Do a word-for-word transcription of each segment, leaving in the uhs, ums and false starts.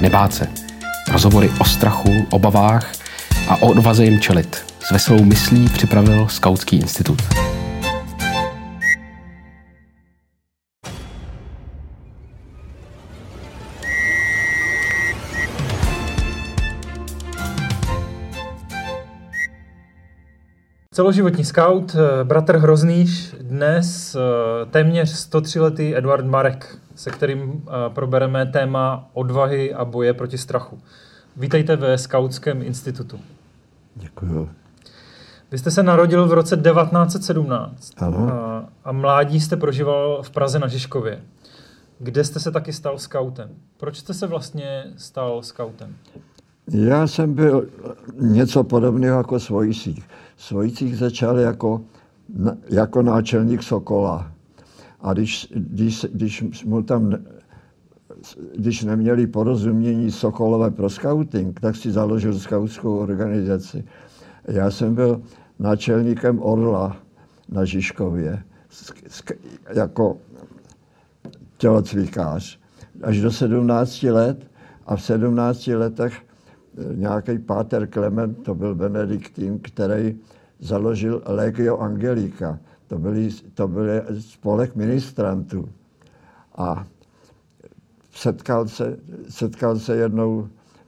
nebát se. Rozhovory o strachu, obavách a o odvaze jim čelit. S veselou myslí připravil Skautský institut. Celoživotní skaut, bratr Hroznýš, dnes téměř sto tři letý Eduard Marek, se kterým probereme téma odvahy a boje proti strachu. Vítejte ve Skautském institutu. Děkuju. Vy jste se narodil v roce devatenáct set sedmnáct Ano. A, a mládí jste prožíval v Praze na Žižkově, kde jste se taky stal skautem. Proč jste se vlastně stal skautem? Já jsem byl něco podobného jako Svojcík. Svojcík začal jako, jako náčelník Sokola. A když, když, když mu tam, když neměli porozumění Sokolové pro skauting, tak si založil skautskou organizaci. Já jsem byl náčelníkem Orla na Žižkově jako tělocvikář až do sedmnácti let, a v sedmnácti letech nějaký páter Klement, to byl benediktín, který založil Legio Angelica. To byly, to byly spolek ministrantů. A setkal se, setkal se jednou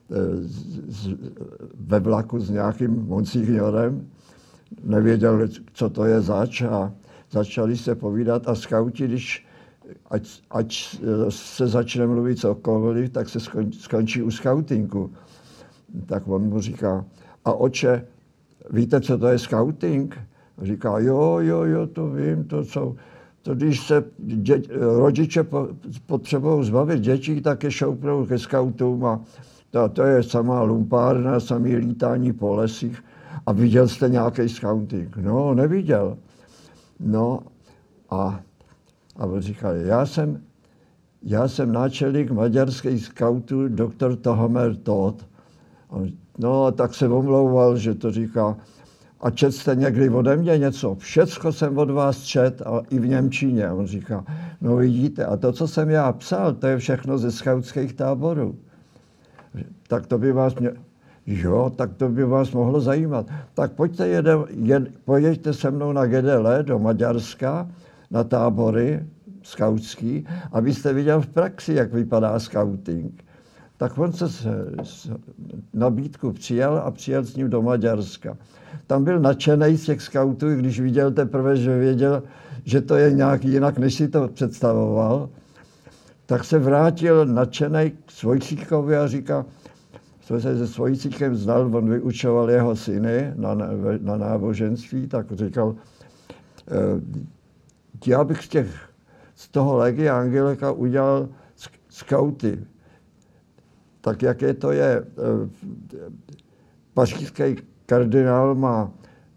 z, ve vlaku s nějakým monsignorem, nevěděl, co to je zač, a začali se povídat. A skauti, když ať, ať se začne mluvit cokoliv, tak se skončí, skončí u skautinku. Tak on mu říká: a oče, víte, co to je skauting? Říká: jo, jo, jo, to vím, to co. To když se dě, rodiče po, potřebují zbavit dětí, tak je šoupnou ke skautům, a to, to je samá lumpárna, samý lítání po lesích. A viděl jste nějaký skauting? No, neviděl. No a, a on říká: já jsem, já jsem náčelník maďarských skautů, doktor Tohomer Tóth. No, tak se omlouval, že to říká: a četl jste někdy ode mě něco? Všecko jsem od vás čet, a i v němčině. On říká: no vidíte, a to, co jsem já psal, to je všechno ze skautských táborů. Tak to by vás mě... Jo, tak to by vás mohlo zajímat. Tak pojďte, jede, jed, pojeďte se mnou na G D L do Maďarska, na tábory skautský, abyste viděl v praxi, jak vypadá skauting. Tak on se s nabídku přijal a přijel s ním do Maďarska. Tam byl nadšenej z těch skautů, když viděl teprve, že věděl, že to je nějak jinak, než si to představoval. Tak se vrátil nadšenej k Svojcíkovi a říká, jsme se se Svojcíkem znal, on vyučoval jeho syny na, na náboženství, tak říkal: já bych z, těch, z toho Legia Angelica udělal skauty. Tak jaké to je, pařížský kardinál má,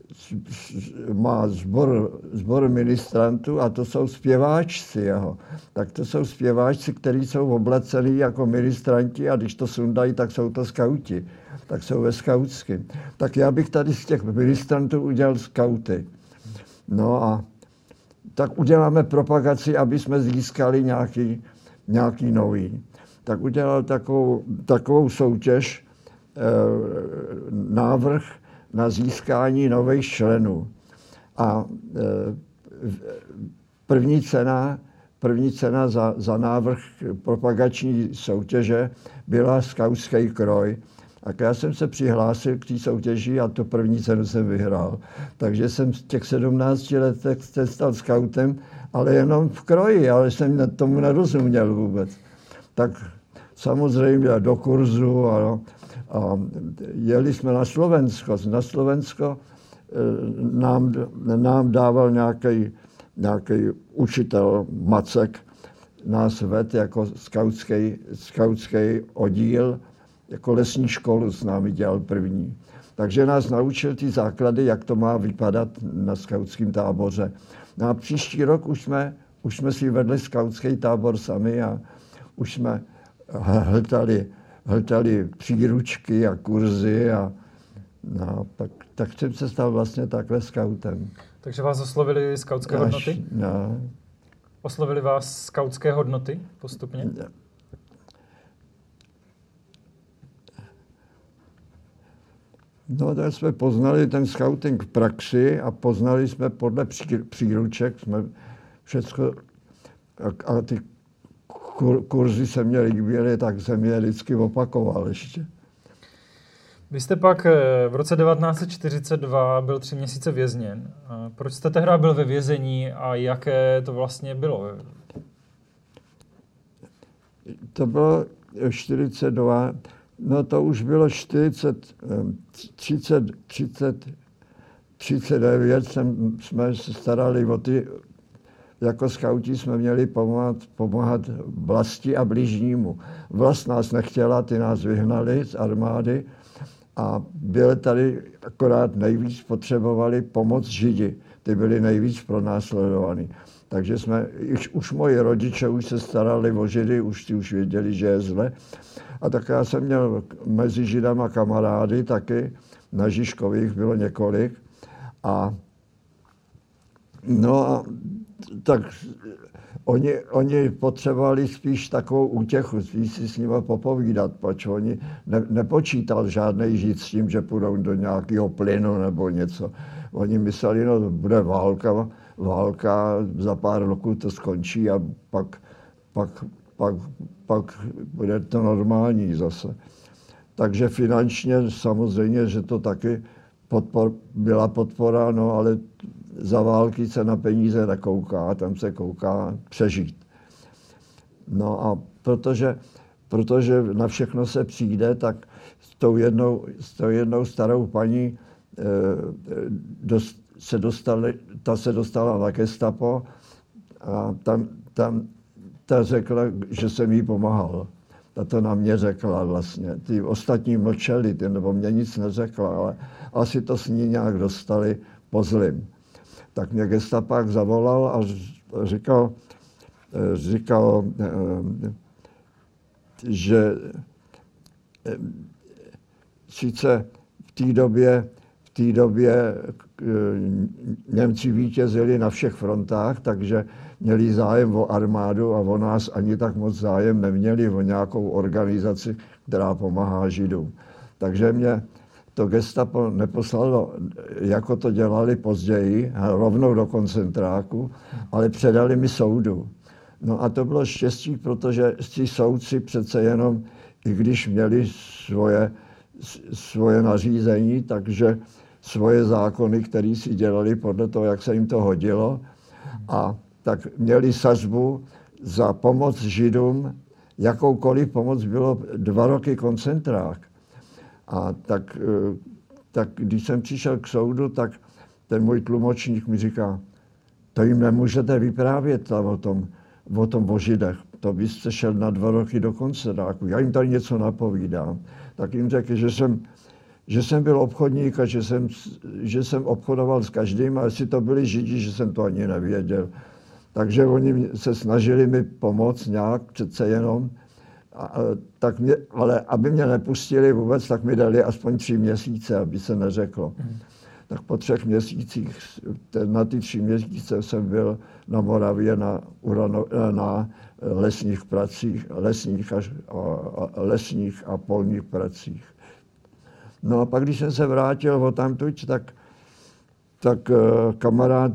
má sbor, sbor ministrantů, a to jsou zpěváčci jeho. Tak to jsou zpěváčci, kteří jsou oblecený jako ministranti, a když to sundají, tak jsou to skauti. Tak jsou ve skautském. Tak já bych tady z těch ministrantů udělal skauty. No a tak uděláme propagaci, aby jsme získali nějaký, nějaký nový. Tak udělal takovou, takovou soutěž, e, návrh na získání nových členů. A e, první cena, první cena za, za návrh propagační soutěže byla skautský kroj. A já jsem se přihlásil k té soutěži a tu první cenu jsem vyhrál. Takže jsem v těch sedmnácti letech se stal skautem, ale jenom v kroji, ale jsem tomu nerozuměl vůbec. Tak samozřejmě do kurzu a, a jeli jsme na Slovensko. Na Slovensko nám, nám dával nějaký, nějaký učitel Macek, nás vedl jako skautský, skautský oddíl, jako lesní školu s námi dělal první. Takže nás naučil ty základy, jak to má vypadat na skautském táboře. No a příští rok už jsme, už jsme si vedli skautský tábor sami a už jsme hltali, hltali příručky a kurzy a no, tak, tak jsem se stal vlastně takhle skautem. Takže vás oslovili skautské Až, hodnoty? No. Oslovili vás skautské hodnoty postupně? No, tak jsme poznali ten scouting v praxi a poznali jsme podle pří, příruček, jsme všechno, a, a ty kur, kurzy se mě líbily, tak jsem je vždycky opakoval ještě. Vy jste pak v roce devatenáct set čtyřicet dva byl tři měsíce vězněn. Proč jste tehdy byl ve vězení a jaké to vlastně bylo? To bylo čtyřicet dva, no to už bylo čtyřicet, třicet, třicet, třicet devět jsem, jsme se starali o ty, jako skauti jsme měli pomáhat, pomáhat vlasti a bližnímu. Vlast nás nechtěla, ty nás vyhnali z armády a byli tady akorát nejvíc potřebovali pomoc Židi. Ty byli nejvíc pronásledovaní. Takže jsme, už, už moji rodiče už se starali o Židy, už ti už věděli, že je zle. A tak já jsem měl mezi Židama kamarády taky, na Žižkových bylo několik. A no a tak oni, oni potřebovali spíš takovou útěchu, spíš si s nimi popovídat, protože oni ne, nepočítal žádný Žid s tím, že půjdou do nějakého plynu nebo něco. Oni mysleli, no bude válka, válka, za pár roků to skončí a pak, pak, pak, pak bude to normální zase. Takže finančně samozřejmě, že to taky podpor, byla podpora, no ale za války se na peníze nekouká, tam se kouká přežít. No a protože, protože na všechno se přijde, tak s tou jednou, s tou jednou starou paní eh, dost, se dostali, ta se dostala na gestapo a tam, tam ta řekla, že jsem jí pomáhal. Ta to na mě řekla vlastně. Ty ostatní mlčeli, ty, nebo mě nic neřekla, ale asi to s ní nějak dostali po zlým. Tak mě gestapák zavolal a říkal, říkal, že sice v té době, v té době Němci vítězili na všech frontách, takže měli zájem o armádu a o nás ani tak moc zájem neměli o nějakou organizaci, která pomáhá Židům. Takže mě to gestapo neposlalo, jako to dělali později, rovnou do koncentráku, ale předali mi soudu. No a to bylo štěstí, protože ti soudci přece jenom, i když měli svoje, svoje nařízení, takže svoje zákony, které si dělali podle toho, jak se jim to hodilo, a tak měli sazbu za pomoc Židům, jakoukoliv pomoc bylo dva roky koncentrák. A tak, tak když jsem přišel k soudu, tak ten můj tlumočník mi říká, to jim nemůžete vyprávět o tom, o tom o Židech. To byste šel na dva roky do koncentráku. Já jim tady něco napovídám. Tak jim řekl, že jsem, že jsem byl obchodník a že jsem, že jsem obchodoval s každým, a jestli to byli Židi, že jsem to ani nevěděl. Takže oni se snažili mi pomoct nějak, přece jenom. A, tak mě, ale aby mě nepustili vůbec, tak mi dali aspoň tři měsíce, aby se neřeklo. Mm. Tak po třech měsících, na ty tři měsíce jsem byl na Moravě na, urano, na lesních pracích, lesních a, a, lesních a polních pracích. No a pak, když jsem se vrátil odtamtud, tak, tak kamarád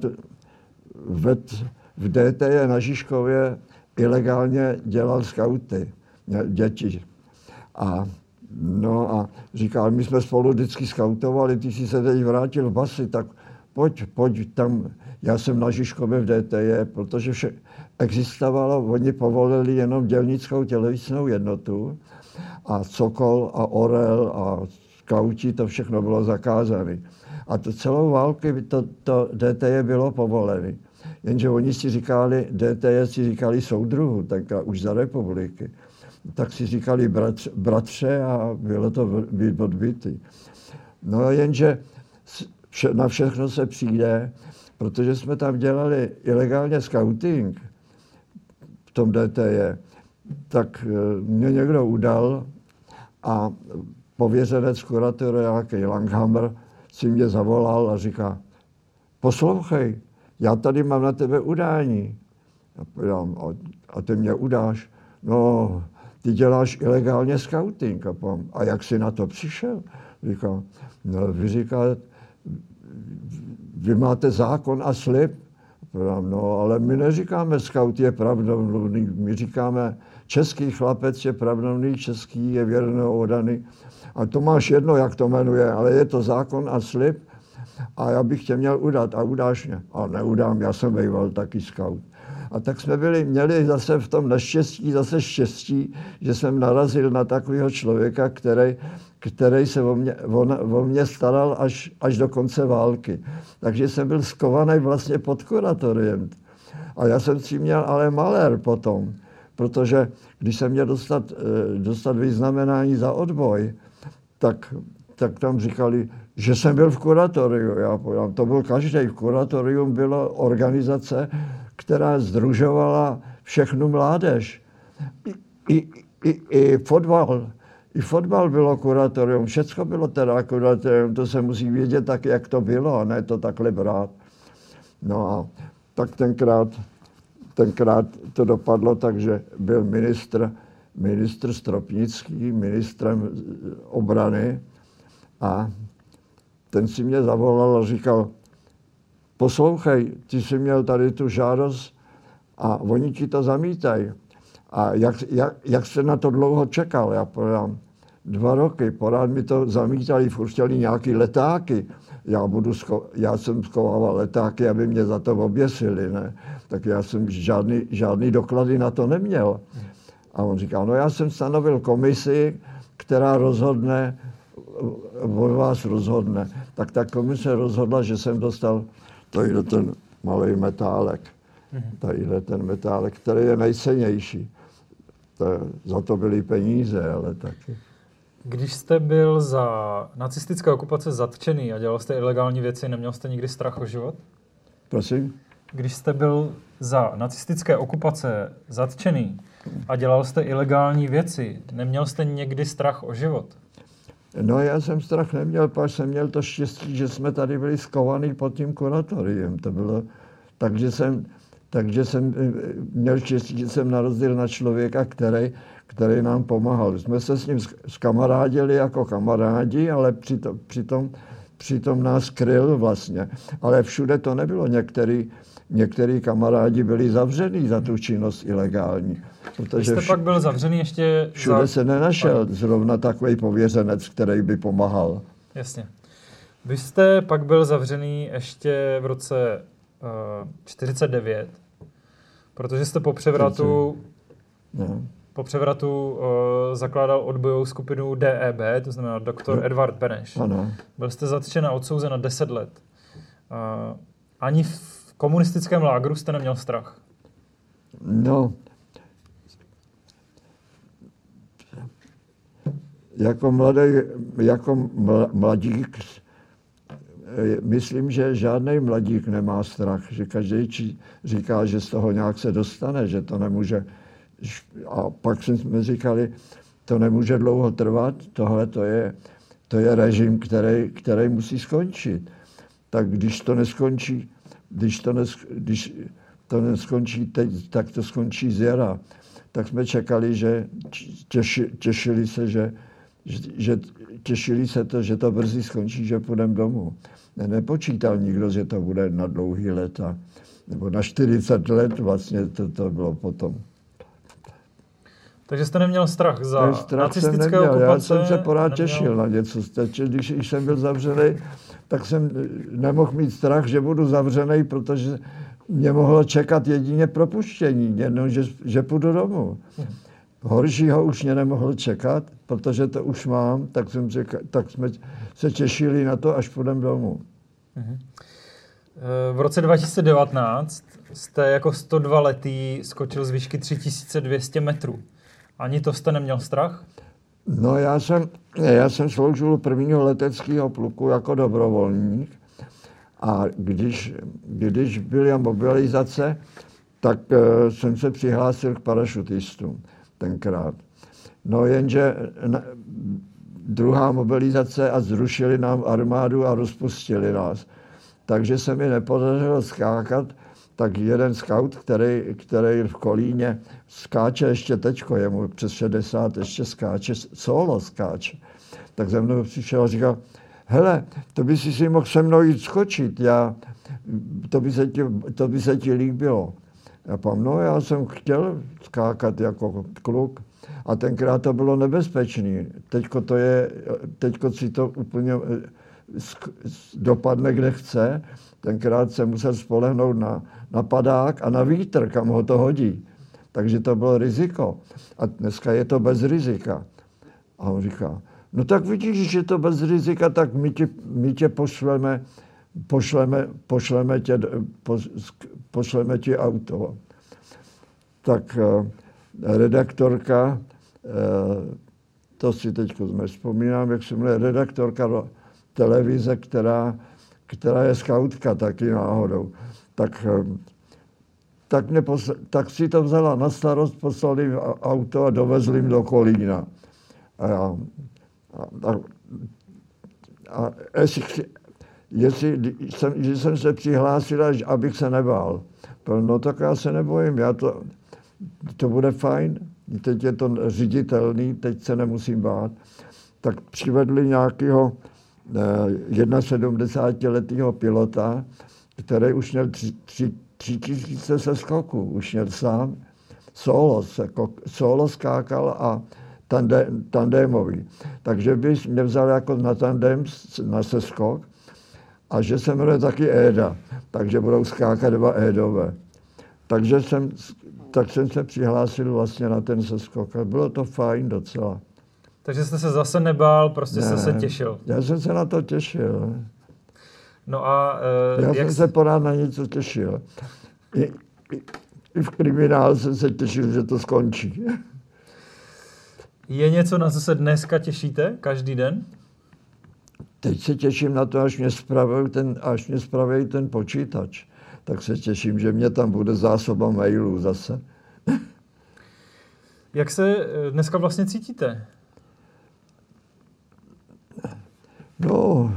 ved, v D T J na Žižkově ilegálně dělal skauty. Děti. A, no a říkal, my jsme spolu vždycky skautovali, ty jsi se teď vrátil v basi, tak pojď, pojď tam. Já jsem na Žižkově v D T J, protože vše existovalo, oni povolili jenom dělnickou tělesnou jednotu a Sokol a Orel a skauti, to všechno bylo zakázané. A to celou válku to, to D T J bylo povolené. Jenže oni si říkali, D T J si říkali soudruhu, tak už za republiky. Tak si říkali bratře, bratře a bylo to být odbytý. No jenže vše, na všechno se přijde, protože jsme tam dělali ilegálně scouting v tom D T J, tak mě někdo udal a pověřenec kuratoru nějaký Langhammer si mě zavolal a říká, poslouchej, já tady mám na tebe udání. A, a ty mě udáš. No, ty děláš ilegálně skauting. A, pom, a jak jsi na to přišel? Říká, no vy říkáte, vy máte zákon a slib. No, ale my neříkáme, skaut je pravdomluvný, my říkáme, český chlapec je pravdomluvný, český je věrný oddaný. A to máš jedno, jak to jmenuje, ale je to zákon a slib a já bych tě měl udat a udáš mě. A neudám, já jsem býval taky skaut. A tak jsme byli, měli zase v tom neštěstí, zase štěstí, že jsem narazil na takového člověka, který, který se o mě, on, o mě staral až, až do konce války. Takže jsem byl skovaný vlastně pod kuratoriem. A já jsem si měl ale malér potom, protože když jsem měl dostat, dostat vyznamenání za odboj, tak, tak tam říkali, že jsem byl v kuratoriu. Já povedám, to byl každý. Kuratorium byla organizace, která sdružovala všechnu mládež. I, i, i, i fotbal. I fotbal bylo kuratorium. Všecko bylo teda kuratorium. To se musí vědět tak, jak to bylo, a ne to takhle brát. No a tak tenkrát, tenkrát to dopadlo tak, že byl ministr, ministr Stropnický, ministrem obrany, a ten si mě zavolal a říkal, poslouchej, ty jsi měl tady tu žádost a oni ti to zamítají. A jak, jak, jak jste na to dlouho čekal? Já podám dva roky, pořád mi to zamítali, furt chtěli nějaký letáky. Já, budu sko- já jsem schovával letáky, aby mě za to oběsili, ne? Tak já jsem žádný, žádný doklady na to neměl. A on říká, no já jsem stanovil komisi, která rozhodne, o vás rozhodne. Tak ta komise rozhodla, že jsem dostal tadyhle ten malý metálek. Tadyhle ten metálek, který je nejcennější. To, za to byly peníze, ale taky. Když jste byl za nacistické okupace zatčený a dělal jste ilegální věci, neměl jste nikdy strach o život? Prosím? Když jste byl za nacistické okupace zatčený a dělal jste ilegální věci, neměl jste někdy strach o život? No já jsem strach neměl, pak jsem měl to štěstí, že jsme tady byli skovaný pod tím kuratoriem. To bylo, takže jsem, takže jsem měl štěstí, že jsem narazil na člověka, který, který nám pomáhal. Jsme se s ním zkamarádili jako kamarádi, ale přitom, přitom, přitom nás kryl vlastně. Ale všude to nebylo. Některý, některý kamarádi byli zavřený za tu činnost ilegální. Vy jste vš- pak byl zavřený ještě... Všude za... se nenašel zrovna takový pověřenec, který by pomáhal. Jasně. Vy jste pak byl zavřený ještě v roce uh, čtyřicet devět, protože jste po převratu, no. po převratu uh, zakládal odbojovou skupinu D E B, to znamená doktor no. Edvard Beneš. Ano. Byl jste zatčen a odsouzen na deset let. Uh, ani v komunistickém lágru jste neměl strach? No, jako mladý, jako mladík, myslím, že žádný mladík nemá strach, že každý říká, že z toho nějak se dostane, že to nemůže. A pak jsme říkali, to nemůže dlouho trvat, tohle to je, to je režim, který, který musí skončit. Tak když to neskončí, když to, nes, když to neskončí teď, tak to skončí zjara. Tak jsme čekali, že těši, těšili se, že že těšili se to, že to brzy skončí, že půjdeme domů. Nepočítal nikdo, že to bude na dlouhý leta. Nebo na čtyřicet let vlastně to, to bylo potom. Takže jste neměl strach za Ten strach nacistické jsem neměl. okupace? Já jsem se pořád neměl... těšil na něco. Když jsem byl zavřený, tak jsem nemohl mít strach, že budu zavřený, protože mě mohlo čekat jedině propuštění, jenom, že, že půjdu domů. Hmm. Horšího už mě nemohl čekat, protože to už mám, tak, jsem řekl, tak jsme se těšili na to, až půjdeme domů. Mhm. V roce dva tisíce devatenáct jste jako sto dva letý skočil z výšky tři tisíce dvě stě metrů. Ani to jste neměl strach? No já jsem, já jsem sloužil prvního leteckého pluku jako dobrovolník a když, když byla mobilizace, tak uh, jsem se přihlásil k parašutistům tenkrát. No jenže na, druhá mobilizace a zrušili nám armádu a rozpustili nás. Takže se mi nepodařilo skákat tak jeden scout, který, který v Kolíně skáče ještě teďko, je mu přes šedesát, ještě skáče, solo skáče. Tak ze mnou přišel a říkal, hele, to by si si mohl se mnou jít skočit, já, to, by se ti, to by se ti líbilo. Já pám, no já jsem chtěl skákat jako kluk a tenkrát to bylo nebezpečné. Teďko to je, teďko si to úplně dopadne, kde chce. Tenkrát jsem musel spolehnout na, na padák a na vítr, kam ho to hodí. Takže to bylo riziko. A dneska je to bez rizika. A on říká, no tak vidíš, že to bez rizika, tak my tě, my tě pošleme, pošleme, pošleme, tě, pošleme ti auto. Tak redaktorka, to si teď vzpomínám, jak se jmenuje, redaktorka televize, která, která je skautka taky náhodou, tak, tak, posl- tak si to vzala na starost, poslali jim auto a dovezli jim do Kolína. A, já, a, a, a jestli, jestli jsem, že jsem se přihlásil, abych se nebál. No tak já se nebojím, já to, to bude fajn, teď je to ředitelný, teď se nemusím bát. Tak přivedli nějakého sedmdesátiletého pilota, který už měl tři, tři, tři tisíce seskoků, už měl sám, solo, solo skákal a tandem, tandémový. Takže by mě vzal jako na tandem, na seskok, a že se jmenuje taky Éda, takže budou skákat dva Édové. Takže jsem, tak jsem se přihlásil vlastně na ten seskok a bylo to fajn docela. Takže jste se zase nebál, prostě ne, jste se těšil. Já jsem se na to těšil. No a... Uh, já jak jsem jsi... se pořád na něco těšil. I, i, I v kriminálu jsem se těšil, že to skončí. Je něco, na co se dneska těšíte každý den? Teď se těším na to, až mě spraví ten, až mě spraví ten počítač. Tak se těším, že mě tam bude zásoba mailů zase. Jak se dneska vlastně cítíte? No,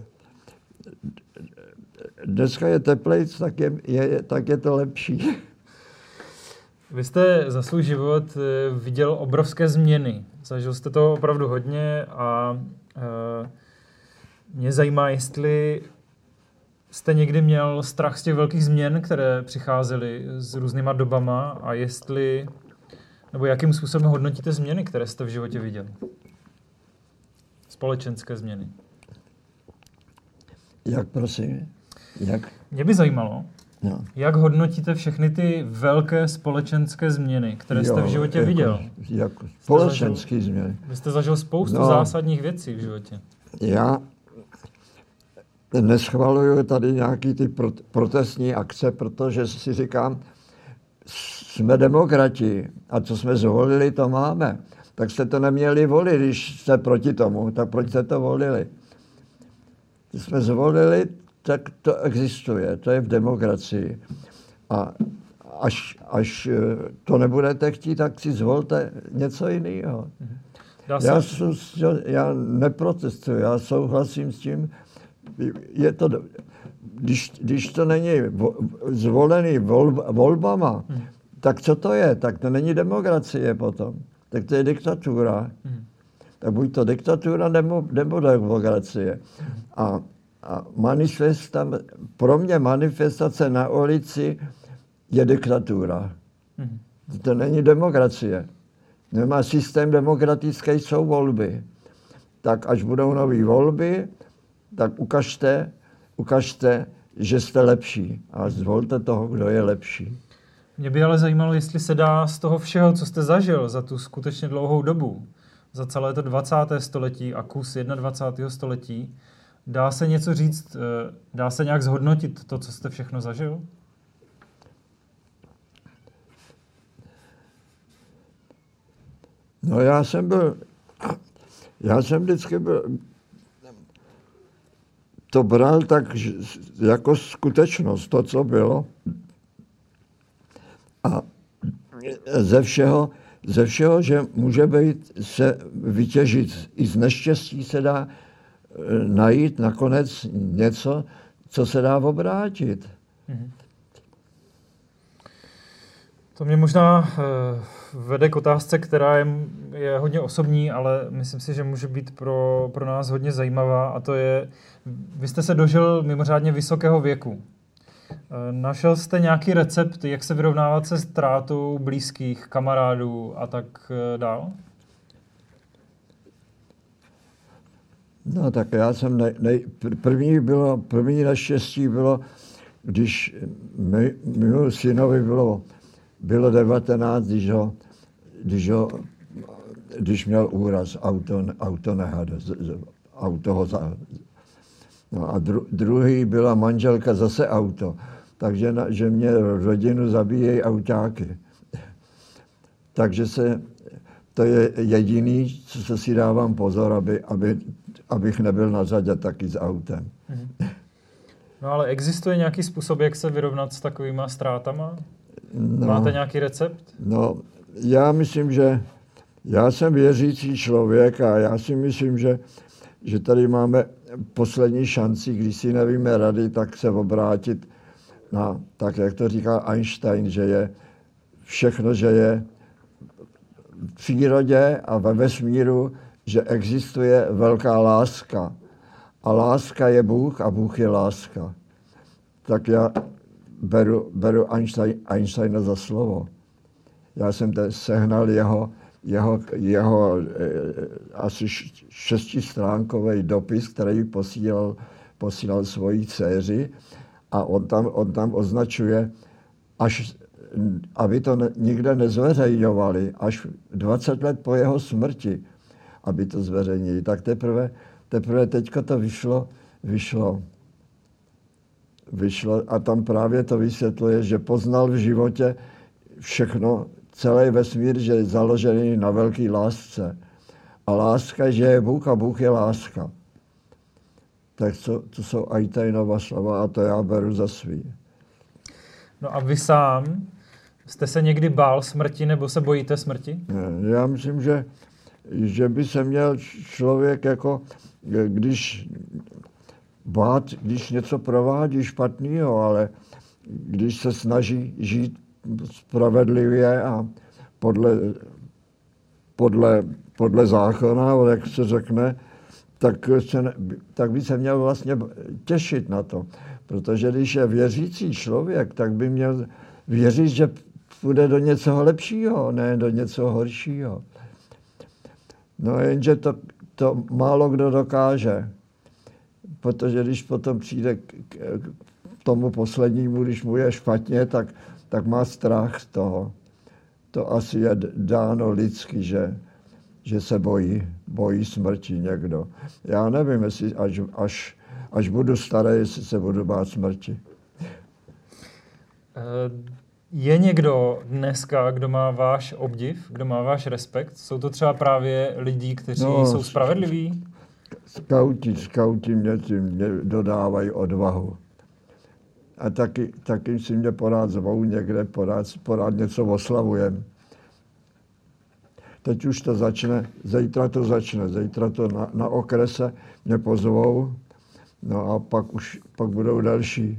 dneska je teplejc, tak je, je, tak je to lepší. Vy jste za svůj život viděl obrovské změny. Zažil jste to opravdu hodně a e, mě zajímá, jestli jste někdy měl strach z těch velkých změn, které přicházely s různýma dobama a jestli, nebo jakým způsobem hodnotíte změny, které jste v životě viděl? Společenské změny. Jak, prosím? Jak? Mě by zajímalo, no. Jak hodnotíte všechny ty velké společenské změny, které jste jo, v životě jako, viděl? Jako společenské změny. Vy jste zažil spoustu no, zásadních věcí v životě. Já neschvaluju tady nějaký ty protestní akce, protože si říkám, jsme demokrati a co jsme zvolili, to máme. Tak jste to neměli volit, když jste proti tomu, tak proč jste to volili? Když jsme zvolili, tak to existuje, to je v demokracii. A až, až to nebudete chtít, tak si zvolte něco jiného. Já, já neprotestuji, já souhlasím s tím, je to, když, když to není zvolený volb, volbama, hmm. tak co to je? Tak to není demokracie potom. Tak to je diktatura. Hmm. Tak buď to diktatura, nebo, nebo demokracie. Hmm. A, a manifesta, pro mě manifestace na ulici je diktatura. Hmm. To není demokracie. Nemá systém demokratický, jsou volby. Tak až budou nové volby, tak ukažte, ukažte, že jste lepší a zvolte toho, kdo je lepší. Mě by ale zajímalo, jestli se dá z toho všeho, co jste zažil za tu skutečně dlouhou dobu, za celé to dvacáté století a kus dvacátého prvního století, dá se něco říct, dá se nějak zhodnotit to, co jste všechno zažil? No já jsem byl, já jsem vždycky byl, to bral tak jako skutečnost, to, co bylo. A ze všeho, ze všeho, že může být se vytěžit, i z neštěstí se dá najít nakonec něco, co se dá obrátit. Mm-hmm. To mě možná uh, vede k otázce, která je, je hodně osobní, ale myslím si, že může být pro, pro nás hodně zajímavá, a to je, vy jste se dožil mimořádně vysokého věku. Uh, našel jste nějaký recept, jak se vyrovnávat se ztrátou blízkých, kamarádů a tak uh, dál? No tak já jsem, nej, nej, první bylo, první naštěstí bylo, když mému synovi bylo, bylo devatenáct, když, ho, když, ho, když měl úraz, auto, auto nehada, auto ho za, no a dru, druhý byla manželka, zase auto, takže na, že mě rodinu zabíjejí autáky. Takže se, to je jediný, co se si dávám pozor, aby, aby, abych nebyl na řadě taky s autem. Mhm. No ale existuje nějaký způsob, jak se vyrovnat s takovýma ztrátama? No, máte nějaký recept? No, já myslím, že já jsem věřící člověk a já si myslím, že, že tady máme poslední šanci, když si nevíme rady, tak se obrátit na, tak jak to říká Einstein, že je všechno, že je v přírodě a ve vesmíru, že existuje velká láska. A láska je Bůh a Bůh je láska. Tak já beru, beru Einstein, Einsteina za slovo. Já jsem te sehnal jeho, jeho, jeho eh, asi šestistránkový dopis, který posílal, posílal svojí dceři, a on tam, on tam označuje, až, aby to ne, nikde nezveřejňovali, až dvacet let po jeho smrti, aby to zveřejnili. Tak teprve Teprve teďka to vyšlo, vyšlo, vyšlo a tam právě to vysvětluje, že poznal v životě všechno, celý vesmír, že je založený na velké lásce. A láska, že je Bůh a Bůh je láska. Tak to, to jsou Einsteinova slova a to já beru za svý. No a vy sám jste se někdy bál smrti nebo se bojíte smrti? Ne, já myslím, že, že by se měl člověk jako když bát, když něco provádí špatného, ale když se snaží žít spravedlivě a podle, podle, podle zákona, jak se řekne, tak, se, tak by se měl vlastně těšit na to. Protože když je věřící člověk, tak by měl věřit, že půjde do něčeho lepšího, ne do něčeho horšího. No jenže to To málo kdo dokáže, protože když potom přijde k, k tomu poslednímu, když mu je špatně, tak, tak má strach z toho. To asi je dáno lidsky, že, že se bojí, bojí smrti někdo. Já nevím, jestli až, až, až budu starý, jestli se budu bát smrti. Je někdo dneska, kdo má váš obdiv, kdo má váš respekt? Jsou to třeba právě lidi, kteří no, jsou spravedliví? Skauti, skauti mě, mě dodávají odvahu. A taky, taky si mě porád zvou někde, porád, porád něco oslavujem. Teď už to začne, zítra to začne, zítra to na, na okrese mě pozvou, no a pak už pak budou další.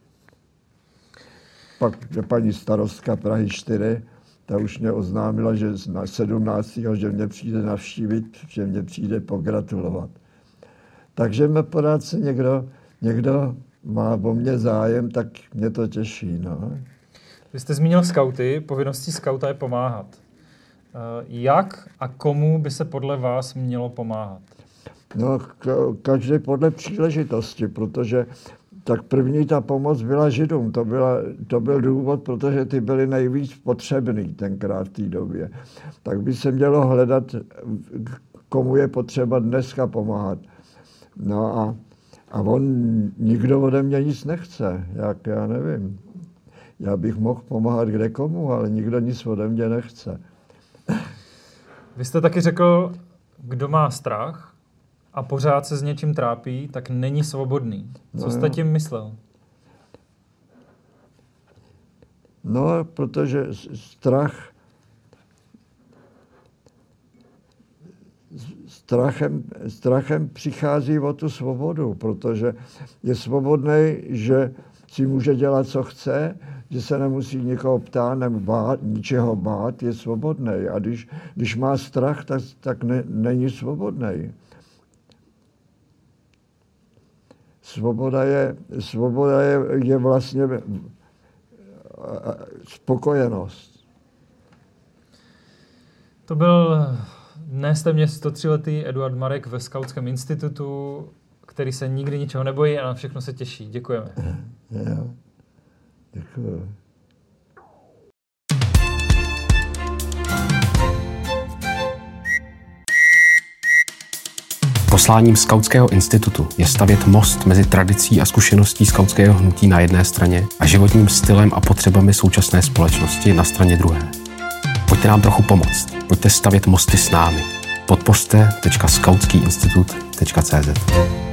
Pak paní starostka Prahy čtyři, ta už mě oznámila, že na sedmnáctého že mě přijde navštívit, že mě přijde pogratulovat. Takže mě pořád se někdo, někdo má o mě zájem, tak mě to těší. No. Vy jste zmínil skauty, povinností skauta je pomáhat. Jak a komu by se podle vás mělo pomáhat? No, každý podle příležitosti, protože tak první ta pomoc byla Židům. To, byla, to byl důvod, protože ty byly nejvíc potřebný tenkrát v té době. Tak by se mělo hledat, komu je potřeba dneska pomáhat. No a, a on, nikdo ode mě nic nechce, jak já nevím. Já bych mohl pomáhat kde komu, ale nikdo nic ode mě nechce. Vy jste taky řekl, kdo má strach a pořád se s něčím trápí, tak není svobodný. Co no, jste tím myslel? No, protože strach strachem, strachem přichází o tu svobodu, protože je svobodný, že si může dělat, co chce, že se nemusí někoho ptát nebo bát, ničeho bát, je svobodný. A když, když má strach, tak, tak ne, není svobodný. Svoboda je, svoboda je, je vlastně spokojenost. To byl dnes téměř sto tři letý Eduard Marek ve Skautském institutu, který se nikdy ničeho nebojí a na všechno se těší. Děkujeme. Jo, děkuji. Posláním Skautského institutu je stavět most mezi tradicí a zkušeností skautského hnutí na jedné straně a životním stylem a potřebami současné společnosti na straně druhé. Pojďte nám trochu pomoct. Pojďte stavět mosty s námi. podpořte tečka skautský institut tečka cé zet.